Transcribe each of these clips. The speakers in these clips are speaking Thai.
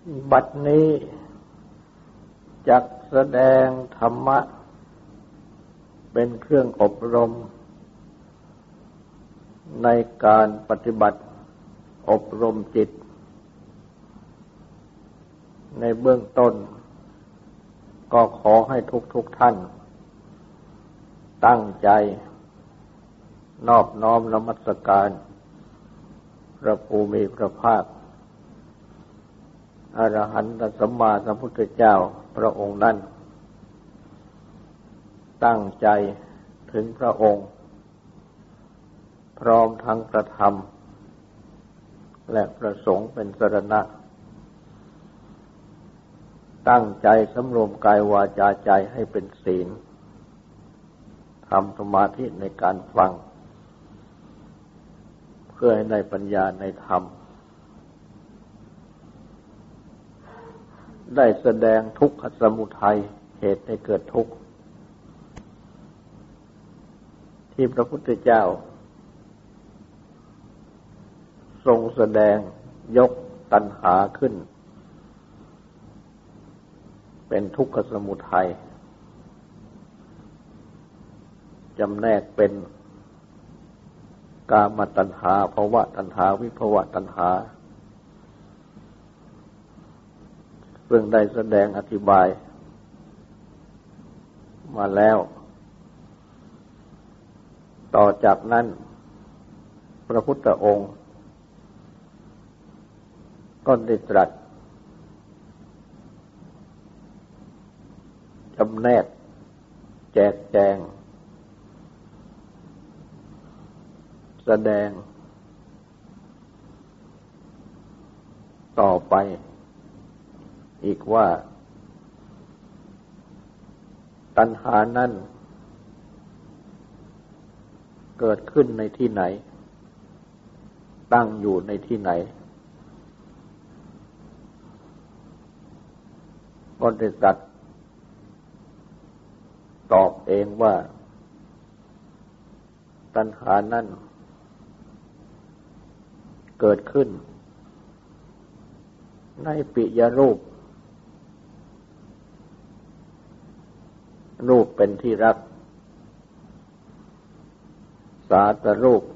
บัดนี้จักแสดงธรรมะเป็นเครื่องอบรมในการปฏิบัติอบรมจิตในเบื้องต้นก็ขอให้ทุกท่านตั้งใจนอบน้อมนมัสการพระภูมิพระภาคอรหันตสัมมาสัมพุทธเจ้าพระองค์นั้นตั้งใจถึงพระองค์พร้อมทั้งประธรรมและประสงค์เป็นสรณะตั้งใจสำรวมกายวาจาใจให้เป็นศีลทำสมาธิในการฟังเพื่อให้ได้ปัญญาในธรรมได้แสดงทุกขสมุทัยเหตุให้เกิดทุกข์ที่พระพุทธเจ้าทรงแสดงยกตัณหาขึ้นเป็นทุกขสมุทัยจำแนกเป็นกามตัณหาภวตัณหาวิภวตัณหาซึ่งได้แสดงอธิบายมาแล้วต่อจากนั้นพระพุทธองค์ก็ได้ตรัสจำแนกแจกแจงแสดงต่อไปอีกว่าตัณหานั้นเกิดขึ้นในที่ไหนตั้งอยู่ในที่ไหนก็ได้ตรัสตอบเองว่าตัณหานั้นเกิดขึ้นในปิยรูปรูปเป็นที่รักสาตรูป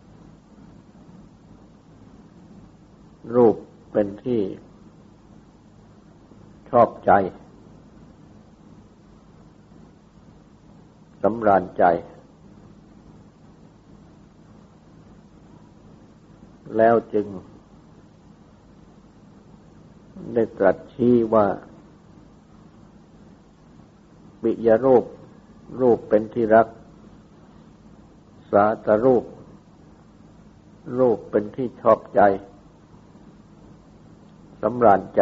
รูปเป็นที่ชอบใจสำราญใจแล้วจึงได้ตรัสชี้ว่าปิยรูปรูปเป็นที่รักสาตรูปรูปเป็นที่ชอบใจสำราญใจ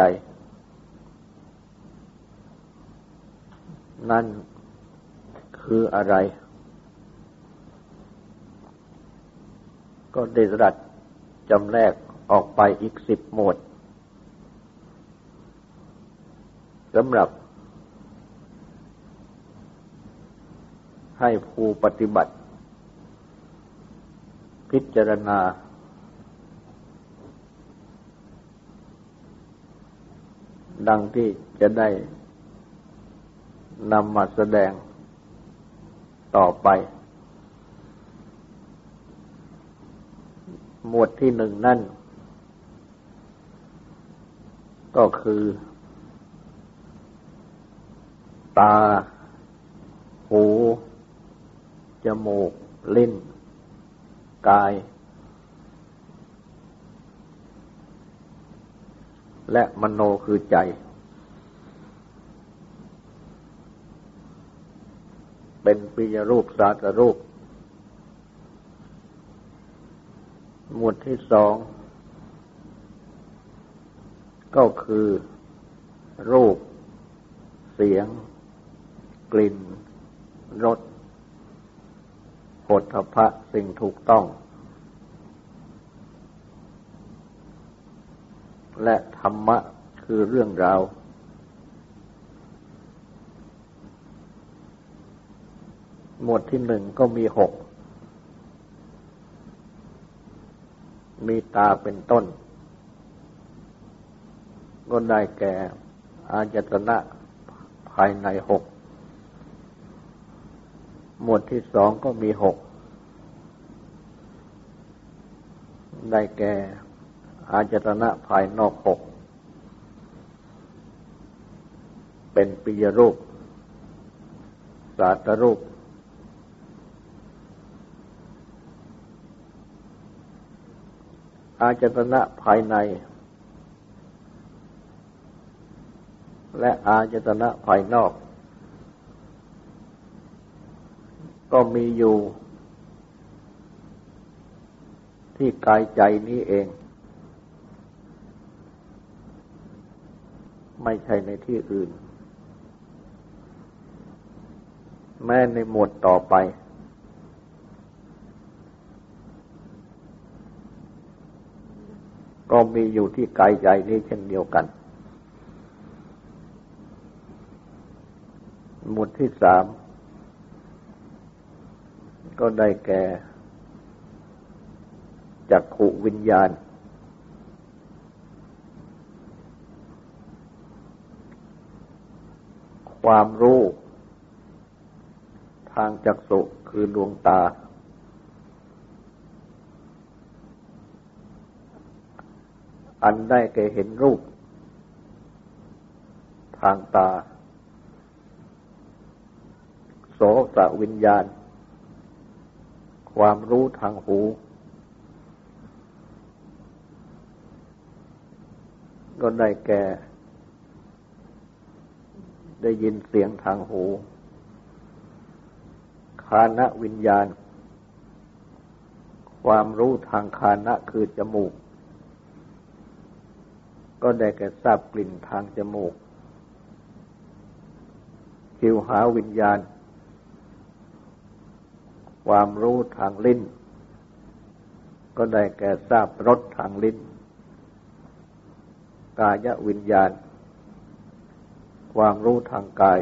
นั่นคืออะไรก็ได้ตรัสจำแนกออกไปอีก10 หมวดสำหรับให้ผู้ปฏิบัติพิจารณาดังที่จะได้นำมาแสดงต่อไปหมวดที่1นั่นก็คือตาหูจมูกลิ้นกายและมโนคือใจเป็นปิยรูปสาตรูปหมวดที่2ก็คือรูปเสียงกลิ่นรสโผฏฐัพพะสิ่งถูกต้องและธรรมะคือเรื่องราวหมวดที่1ก็มี6มีตาเป็นต้นก็ได้แก่อายตนะภายในหกหมวดที่สองก็มีหกได้แก่อายตนะภายนอกหกเป็นปิยรูปสาตรูปอายตนะภายในและอายตนะภายนอกก็มีอยู่ที่กายใจนี้เองไม่ใช่ในที่อื่นแม้ในหมวดต่อไปก็มีอยู่ที่กายใจนี้เช่นเดียวกันหมวดที่สามก็ได้แก่จักขุวิญญาณความรู้ทางจักษุคือดวงตาอันได้แก่เห็นรูปทางตาโสตวิญญาณความรู้ทางหูก็ได้แก่ได้ยินเสียงทางหูฆานวิญญาณความรู้ทางฆานะคือจมูกก็ได้แก่ทราบกลิ่นทางจมูกชิวหาวิญญาณความรู้ทางลิ้นก็ได้แก่ทราบรสทางลิ้นกายวิญญาณความรู้ทางกาย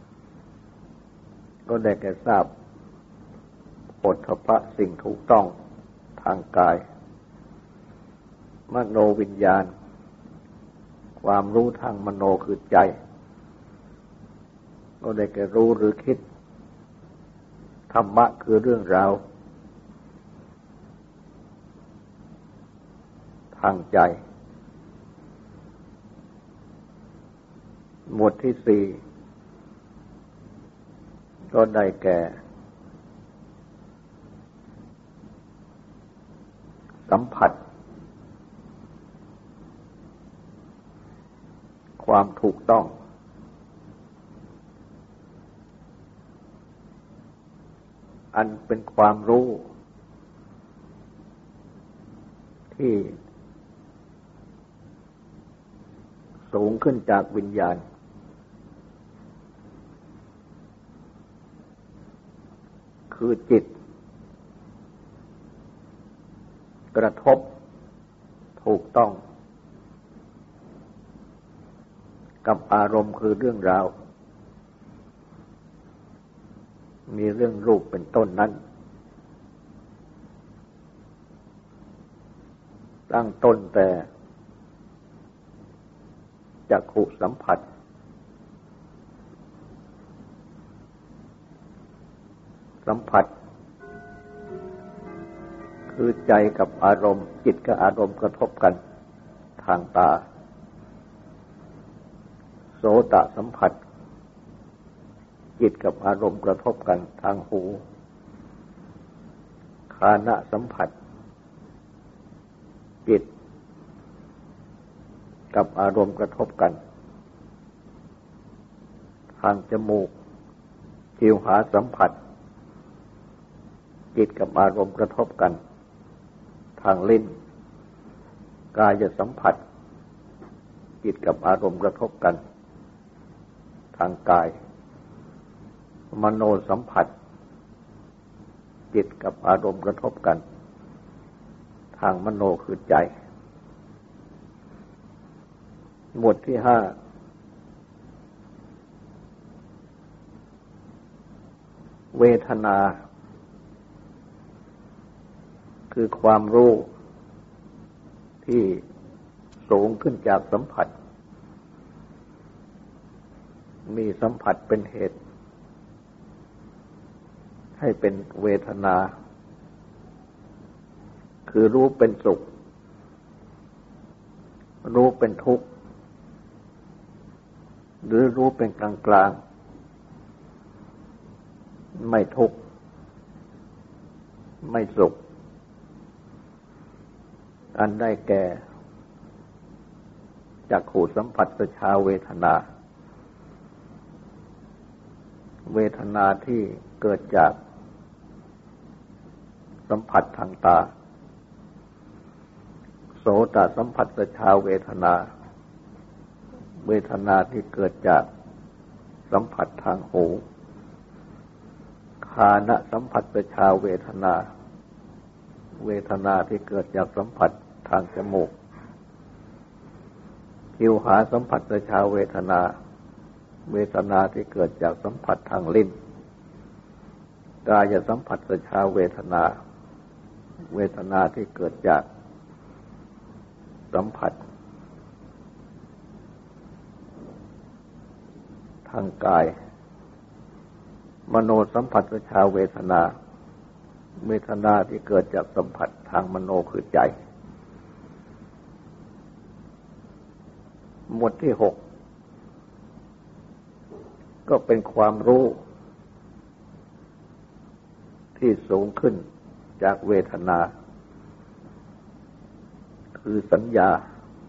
ก็ได้แก่ทราบโผฏฐัพพะสิ่งถูกต้องทางกายมโนวิญญาณความรู้ทางมโนคือใจก็ได้แก่รู้หรือคิดธรรมะคือเรื่องราวทางใจหมวดที่สี่ก็ได้แก่สัมผัสความถูกต้องอันเป็นความรู้ที่สูงขึ้นจากวิญญาณคือจิตกระทบถูกต้องกับอารมณ์คือเรื่องราวมีเรื่องรูปเป็นต้นนั้นตั้งต้นแต่จักขุสัมผัสคือใจกับอารมณ์จิตกับอารมณ์กระทบกันทางตาโสตสัมผัสจิตกับอารมณ์กระทบกันทางหูฆานะสัมผัสจิตกับอารมณ์กระทบกันทางจมูกชิวหาสัมผัสจิตกับอารมณ์กระทบกันทางลิ้นกายสัมผัสจิตกับอารมณ์กระทบกันทางกายมโนสัมผัสจิตกับอารมณ์กระทบกันทางมโนคือใจหมวดที่ห้าเวทนาคือความรู้ที่สูงขึ้นจากสัมผัสมีสัมผัสเป็นเหตุให้เป็นเวทนาคือรู้เป็นสุขรู้เป็นทุกข์หรือรู้เป็นกลางกลางไม่ทุกข์ไม่สุขอันได้แก่จักขุสัมผัสชาเวทนาเวทนาที่เกิดจากสัมผัสทางตาโสตสัมผัสชาเวทนาเวทนาที่เกิดจากสัมผัสทางหูฆานะสัมผัสชาเวทนาเวทนาที่เกิดจากสัมผัสทางจมูกชิวหาสัมผัสชาเวทนาเวทนาที่เกิดจากสัมผัสทางลิ้นกายสัมผัสชาเวทนาเวทนาที่เกิดจากสัมผัสทางกายมโนสัมผัสชาเวทนาเวทนาที่เกิดจากสัมผัสทางมโนคือใจหมวดที่ 6ก็เป็นความรู้ที่สูงขึ้นจากเวทนาคือสัญญา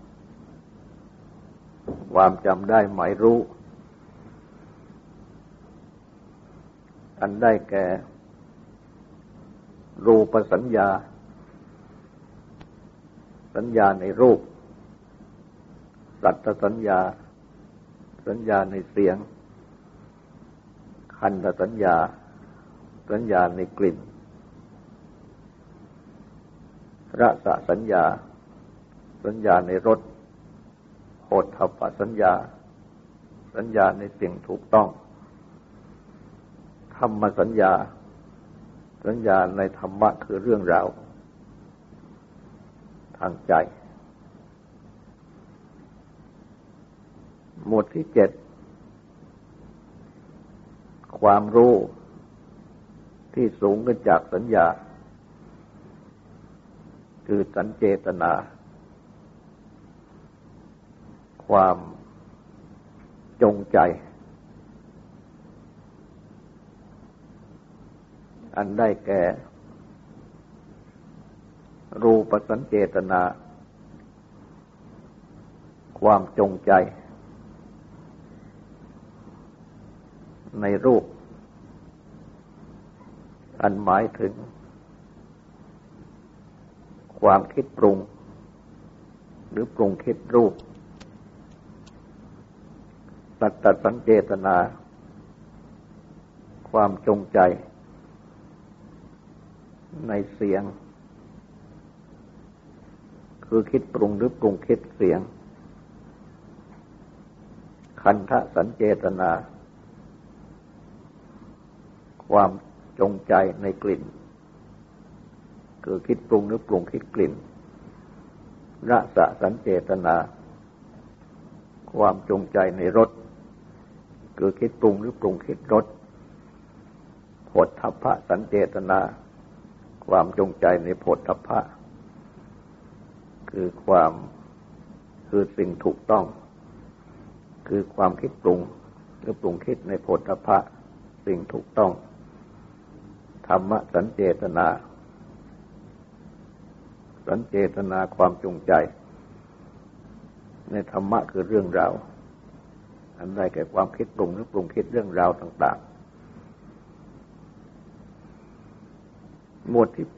ความจำได้หมายรู้อันได้แก่รูปสัญญาสัญญาในรูปสัทธสัญญาสัญญาในเสียงคันธสัญญาสัญญาในกลิ่นรสสัญญาสัญญาในรสโผฏฐัพพสัญญาสัญญาในสิ่งถูกต้องธรรมสัญญาสัญญาในธรรมะคือเรื่องราวทางใจหมวดที่ 7ความรู้ที่สูงขึ้นจากสัญญาคือสัญเจตนาความจงใจอันได้แก่รูปสัญเจตนาความจงใจในรูปอันหมายถึงความคิดปรุงหรือปรุงคิดรูปสัทธสัญเจตนาความจงใจในเสียงคือคิดปรุงหรือปรุงคิดเสียงคันธสัญเจตนาความจงใจในกลิ่นคือคิดปรุงหรือปรุงคิดกลิ่นรสสัญเจตนาความจงใจในรสคือคิดปรุงหรือปรุงคิดรสโผฏฐัพพสัญเจตนาความจงใจในโผฏฐัพพะคือสิ่งถูกต้องคือความคิดปรุงหรือปรุงคิดในโผฏฐัพพะสิ่งถูกต้องธรรมสัญเจตนาสัญเจตนาความจงใจในธรรมะคือเรื่องราวอันได้แก่ความคิดปรุงหรือปรุงคิดเรื่องราวต่างๆหมวดที่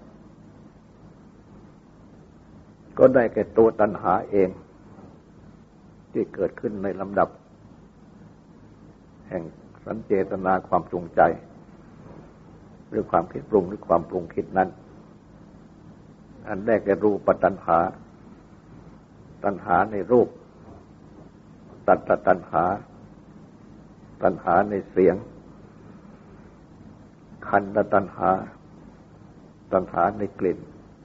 8ก็ได้แก่ตัวตัณหาเองที่เกิดขึ้นในลำดับแห่งสัญเจตนาความจงใจหรือความคิดปรุงหรือความปรุงคิดนั้นอันได้แก่รูปตัณหาตัณหาในรูปสัทธตัณหาตัณหาในเสียงคันธตัณหาตัณหาในกลิ่น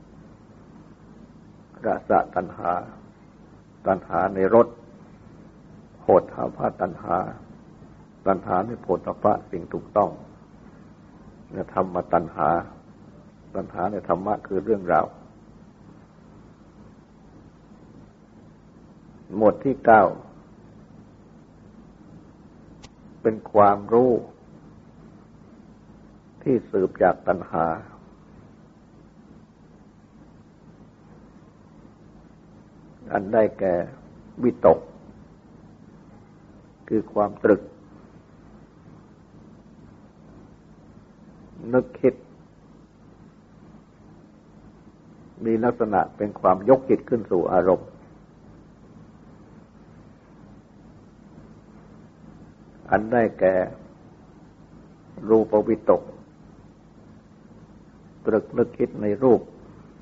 รสตัณหาตัณหาในรสโผฏฐัพพตัณหาตัณหาในโผฏฐัพพะสิ่งถูกต้องในธรรมตัณหาตัณหาในธรรมะคือเรื่องราวหมวดที่9เป็นความรู้ที่สืบจากตัณหาอันได้แก่วิตกคือความตรึกนึกคิดมีลักษณะเป็นความยกจิตขึ้นสู่อารมณ์อันได้แก่รูปวิตกตรึกนึกคิดในรูป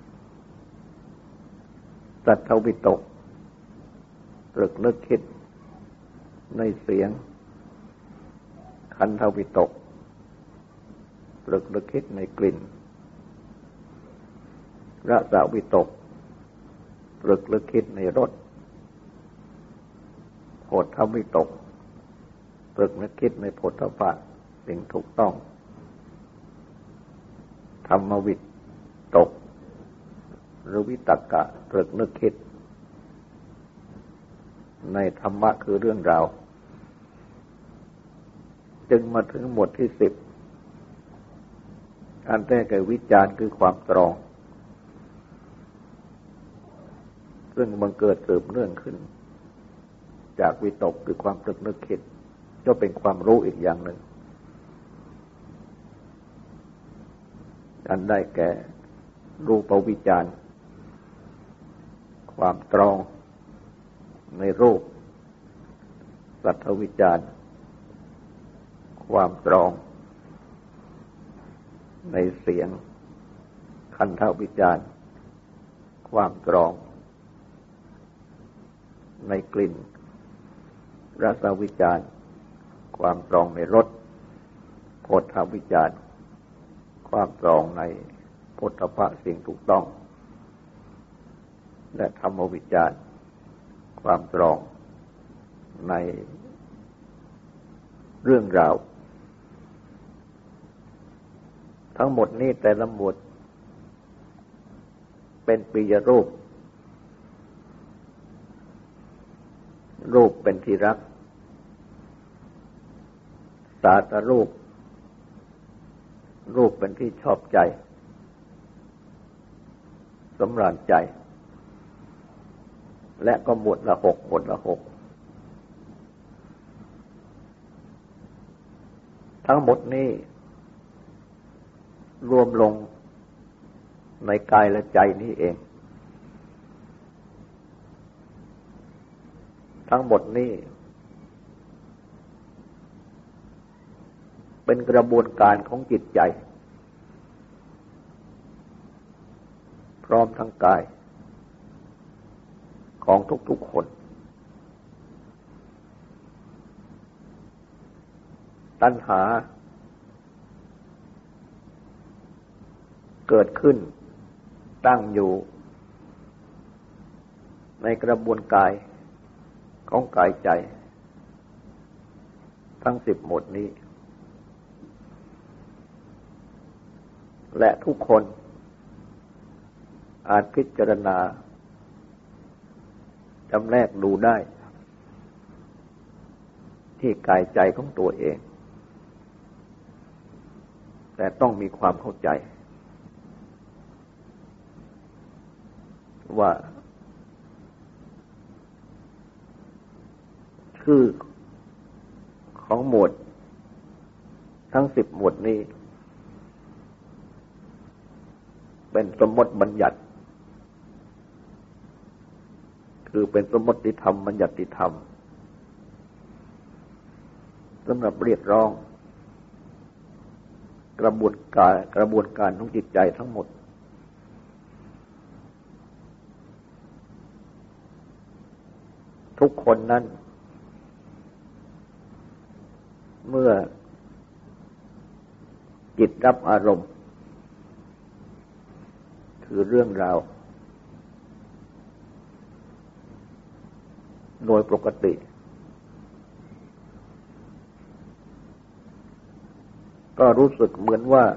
สัทธวิตกตรึกนึกคิดในเสียงขันธวิตกตรึกนึกคิดในกลิ่นรสวิตกตรึกนึกคิดในรสโผฏฐัพพวิตกตรึกนึกคิดในโผฏฐัพพะสิ่งถูกต้องธรรมวิตกหรือวิตกะตรึกนึกคิดในธรรมะคือเรื่องราวจึงมาถึงหมวดที่10อันแรกแก่วิจารณ์คือความตรองซึ่งบังเกิดสืบเนื่องขึ้นจากวิตกคือความตรึกนึกคิดก็เป็นความรู้อีกอย่างหนึ่งอันได้แก่รูปวิจารณ์ความตรองในรูปสัทธวิจารณ์ความตรองในเสียงขันธวิจารณ์ความตรองในกลิ่นรสวิจารณ์ความตรองในรสโผฏฐัพพวิจารณ์ความตรองในโผฏฐัพพะสิ่งถูกต้องและธรรมวิจารณ์ความตรองในเรื่องราวทั้งหมดนี้แต่ละหมวดเป็นปิยรูปรูปเป็นที่รักสาตรูปรูปเป็นที่ชอบใจสำราญใจและก็หมวดละ6หมวดละ6ทั้งหมดนี้รวมลงในกายและใจนี้เองทั้งหมดนี้เป็นกระบวนการของจิตใจพร้อมทั้งกายของทุกๆคนตัณหาเกิดขึ้นตั้งอยู่ในกระบวนการของกายใจทั้ง10หมวดนี้และทุกคนอาจพิจารณาจำแนกดูได้ที่กายใจของตัวเองแต่ต้องมีความเข้าใจว่าชื่อของหมวดทั้ง10หมวดนี้เป็นสมมติบัญญัติคือเป็นสมมติธรรมบัญญัติธรรมสำหรับเรียกร้องกระบวนการของจิตใจทั้งหมดทุกคนนั้นเมื่อจิตรับอารมณ์คือเรื่องราวโดยปกติก็รู้สึกเหมือนว่า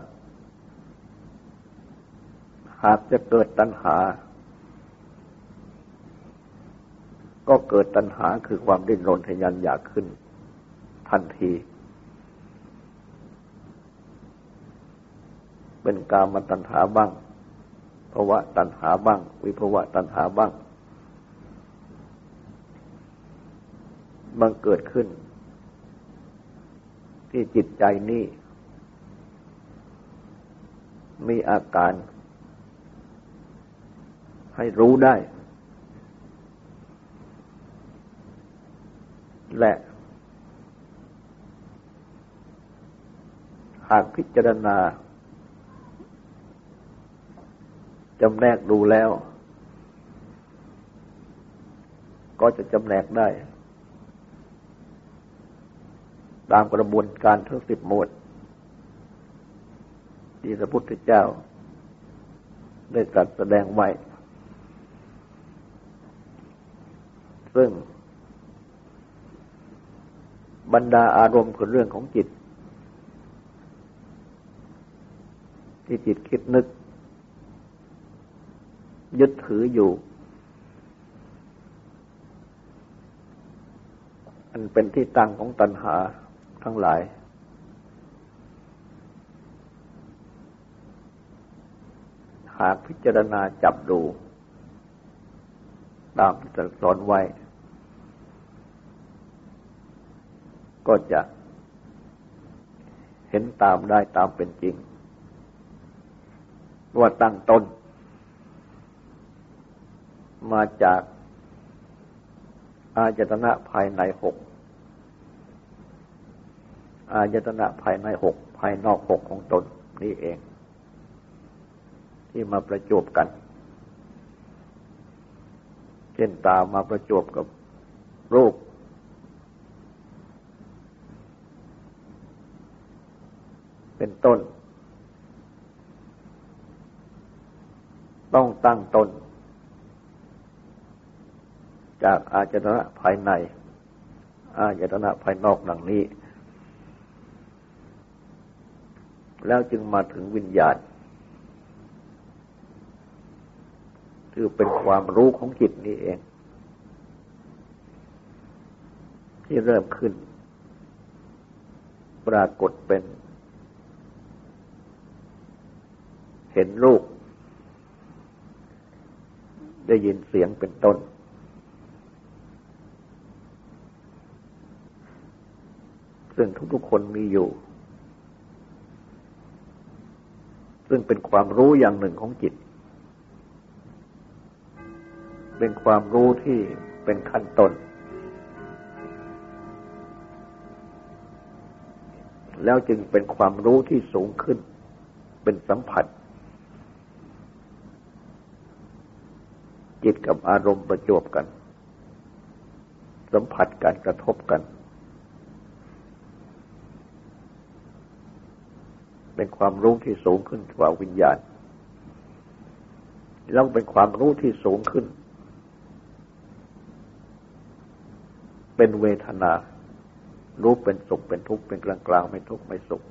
หากจะเกิดตัณหาก็เกิดตัณหาคือความดิ้นรนทะยานอยากขึ้นทันทีเป็นกามตัณหาบ้างภวตัณหาบ้างวิภวตัณหาบ้างบังเกิดขึ้นที่จิตใจนี้มีอาการให้รู้ได้และหากพิจารณาจำแนกดูแล้วก็จะจำแนกได้ตามกระบวนการทั้ง10 หมวดที่พระพุทธเจ้าได้ตรัสแสดงไว้ซึ่งบรรดาอารมณ์คือเรื่องของจิตที่จิตคิดนึกยึดถืออยู่อันเป็นที่ตั้งของตัณหาทั้งหลายหากพิจารณาจับดูตามที่ตรัสสอนไว้ก็จะเห็นตามได้ตามเป็นจริงว่าตั้งต้นมาจากอายตนะภายใน6อายตนะภายใน6ภายนอก6ของตนนี่เองที่มาประจวบกันเช่นตามาประจวบกับรูปเป็นต้นต้องตั้งต้นจากอายตนะภายในอายตนะภายนอกดังนี้แล้วจึงมาถึงวิญญาณคือเป็นความรู้ของจิตนี้เองที่เริ่มขึ้นปรากฏเป็นเห็นรูปได้ยินเสียงเป็นต้นซึ่งทุกๆคนมีอยู่ซึ่งเป็นความรู้อย่างหนึ่งของจิตเป็นความรู้ที่เป็นขั้นต้นแล้วจึงเป็นความรู้ที่สูงขึ้นเป็นสัมผัสจิตกับอารมณ์ประจวบกันสัมผัสกันกระทบกันเป็นความรู้ที่สูงขึ้นกว่าวิญญาณแล้วเป็นความรู้ที่สูงขึ้นเป็นเวทนารู้เป็นสุขเป็นทุกข์เป็นกลางๆไม่ทุกข์ไม่สุข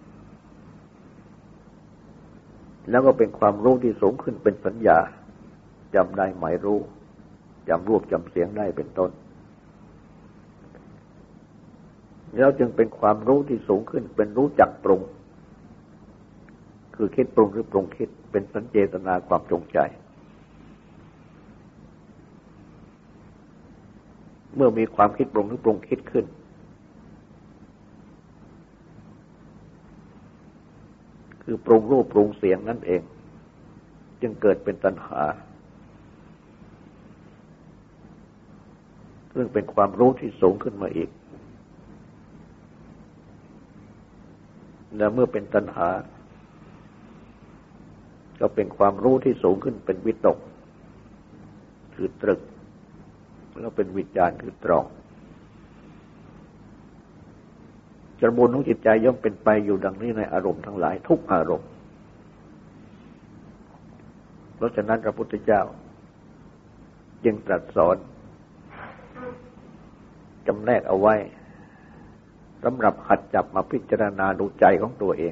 แล้วก็เป็นความรู้ที่สูงขึ้นเป็นสัญญาจำได้หมายรู้จำรูปจำเสียงได้เป็นต้นแล้วจึงเป็นความรู้ที่สูงขึ้นเป็นรู้จักปรุงคือคิดปรุงหรือปรุงคิดเป็นสัญเจตนาความจงใจเมื่อมีความคิดปรุงหรือปรุงคิดขึ้นคือปรุงรูปปรุงเสียงนั่นเองจึงเกิดเป็นตัณหาซึ่งเป็นความรู้ที่สูงขึ้นมาอีกและเมื่อเป็นตัณหาก็เป็นความรู้ที่สูงขึ้นเป็นวิตกคือตรึกแล้วเป็นวิจารณ์คือตรองกระบวนการของจิตใจย่อมเป็นไปอยู่ดังนี้ในอารมณ์ทั้งหลายทุกอารมณ์เพราะฉะนั้นพระพุทธเจ้าจึงตรัสสอนจำแนกเอาไว้สำหรับหัดจับมาพิจารณาดูใจของตัวเอง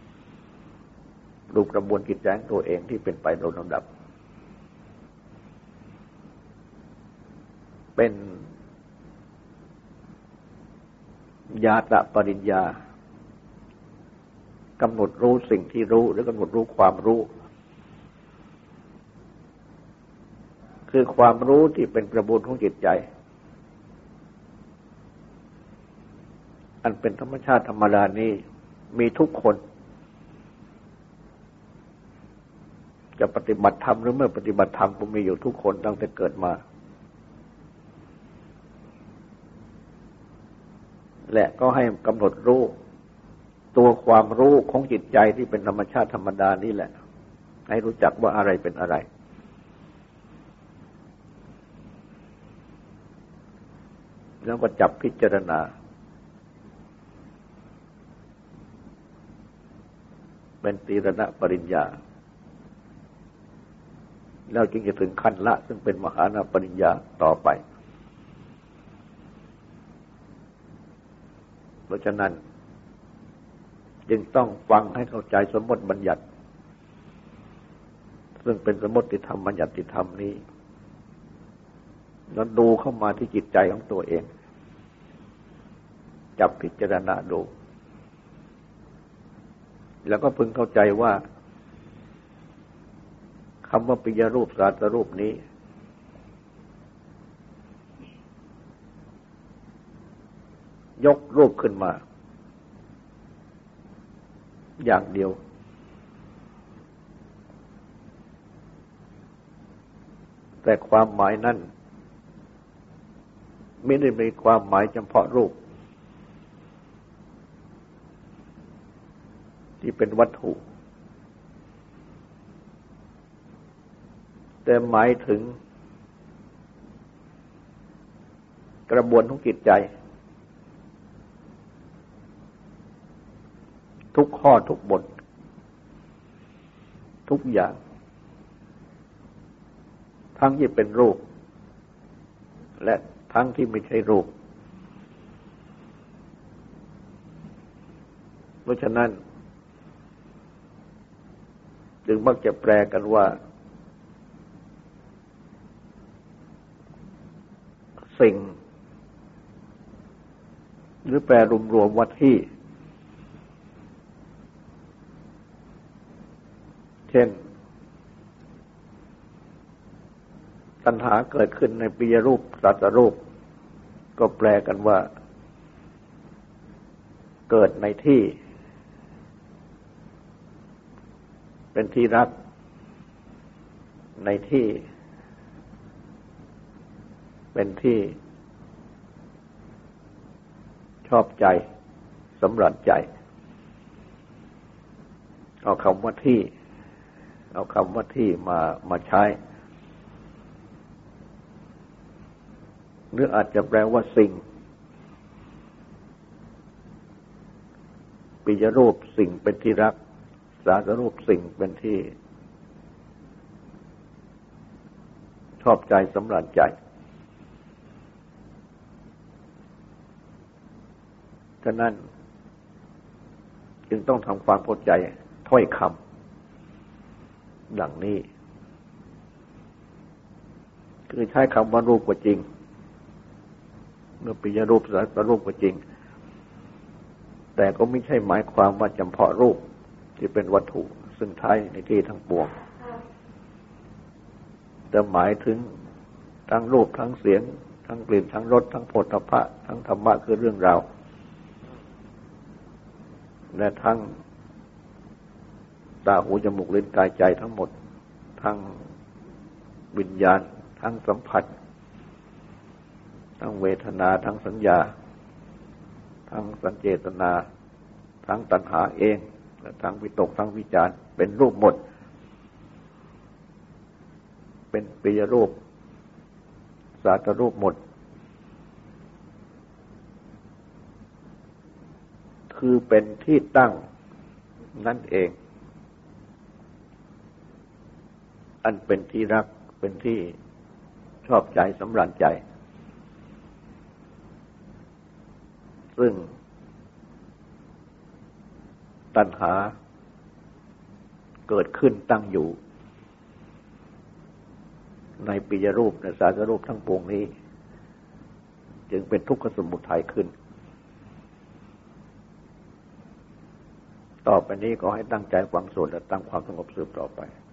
ดูกระบวนกิจใจของตัวเองที่เป็นไปโดยลำดับเป็นญาตปริญญากำหนดรู้สิ่งที่รู้หรือกำหนดรู้ความรู้คือความรู้ที่เป็นกระบวนของจิตใจอันเป็นธรรมชาติธรรมดานี้มีทุกคนจะปฏิบัติธรรมหรือไม่ปฏิบัติธรรมก็มีอยู่ทุกคนตั้งแต่เกิดมาและก็ให้กำหนดรู้ตัวความรู้ของจิตใจที่เป็นธรรมชาติธรรมดานี่แหละให้รู้จักว่าอะไรเป็นอะไรแล้วก็จับพิจารณาเป็นตีรณปริญญาแล้วจึงจะถึงขั้นละซึ่งเป็นมหานปริญญาต่อไปเพราะฉะนั้นจึงต้องฟังให้เข้าใจสมมติบัญญัติซึ่งเป็นสมมติธรรมบัญญัติธรรมนี้แล้วดูเข้ามาที่จิตใจของตัวเองจับพิจารณาดูแล้วก็พึงเข้าใจว่าคำว่าปิยรูปสาตรูปนี้ยกรูปขึ้นมาอย่างเดียวแต่ความหมายนั้นไม่ได้มีความหมายเฉพาะรูปที่เป็นวัตถุแต่หมายถึงกระบวนของจิตใจทุกข้อทุกบททุกอย่างทั้งที่เป็นรูปและทั้งที่ไม่ใช่รูปเพราะฉะนั้นจึงมักจะแปลกันว่าสิ่งหรือแปลรวมๆว่าที่เช่นตัณหาเกิดขึ้นในปิยรูปสัตรูปก็แปลกันว่าเกิดในที่เป็นที่รักในที่เป็นที่ชอบใจสำหรับใจเอาคำว่าที่มาใช้หรืออาจจะแปลว่าสิ่งปิยรูปสิ่งเป็นที่รักสาตรูปสิ่งเป็นที่ชอบใจสำหรับใจฉะนั้นจึงต้องทำความเข้าใจถ้อยคำดังนี้คือใช้คำว่ารูปก็จริงเมื่อปิยรูปสาตรูปก็จริงแต่ก็ไม่ใช่หมายความว่าเฉพาะรูปที่เป็นวัตถุซึ่งใช้ในที่ทั้งปวงแต่หมายถึงทั้งรูปทั้งเสียงทั้งกลิ่นทั้งรสทั้งโผฏฐัพพะทั้งธรรมะคือเรื่องราวและทั้งตาหูจมูกลิ้นกายใจทั้งหมดทั้งวิญญาณทั้งสัมผัสทั้งเวทนาทั้งสัญญาทั้งสัญเจตนาทั้งตัณหาเองและทั้งวิตกทั้งวิจารเป็นรูปหมดเป็นปิยรูปสาตรูปหมดคือเป็นที่ตั้งนั่นเองอันเป็นที่รักเป็นที่ชอบใจสำราญใจซึ่งตัณหาเกิดขึ้นตั้งอยู่ในปิยรูปในสาสรูปทั้งปวงนี้จึงเป็นทุกขสมุทัยขึ้นต่อไปนี้ก็ให้ตั้งใจฟังสวดและตั้งความสงบสืบต่อไป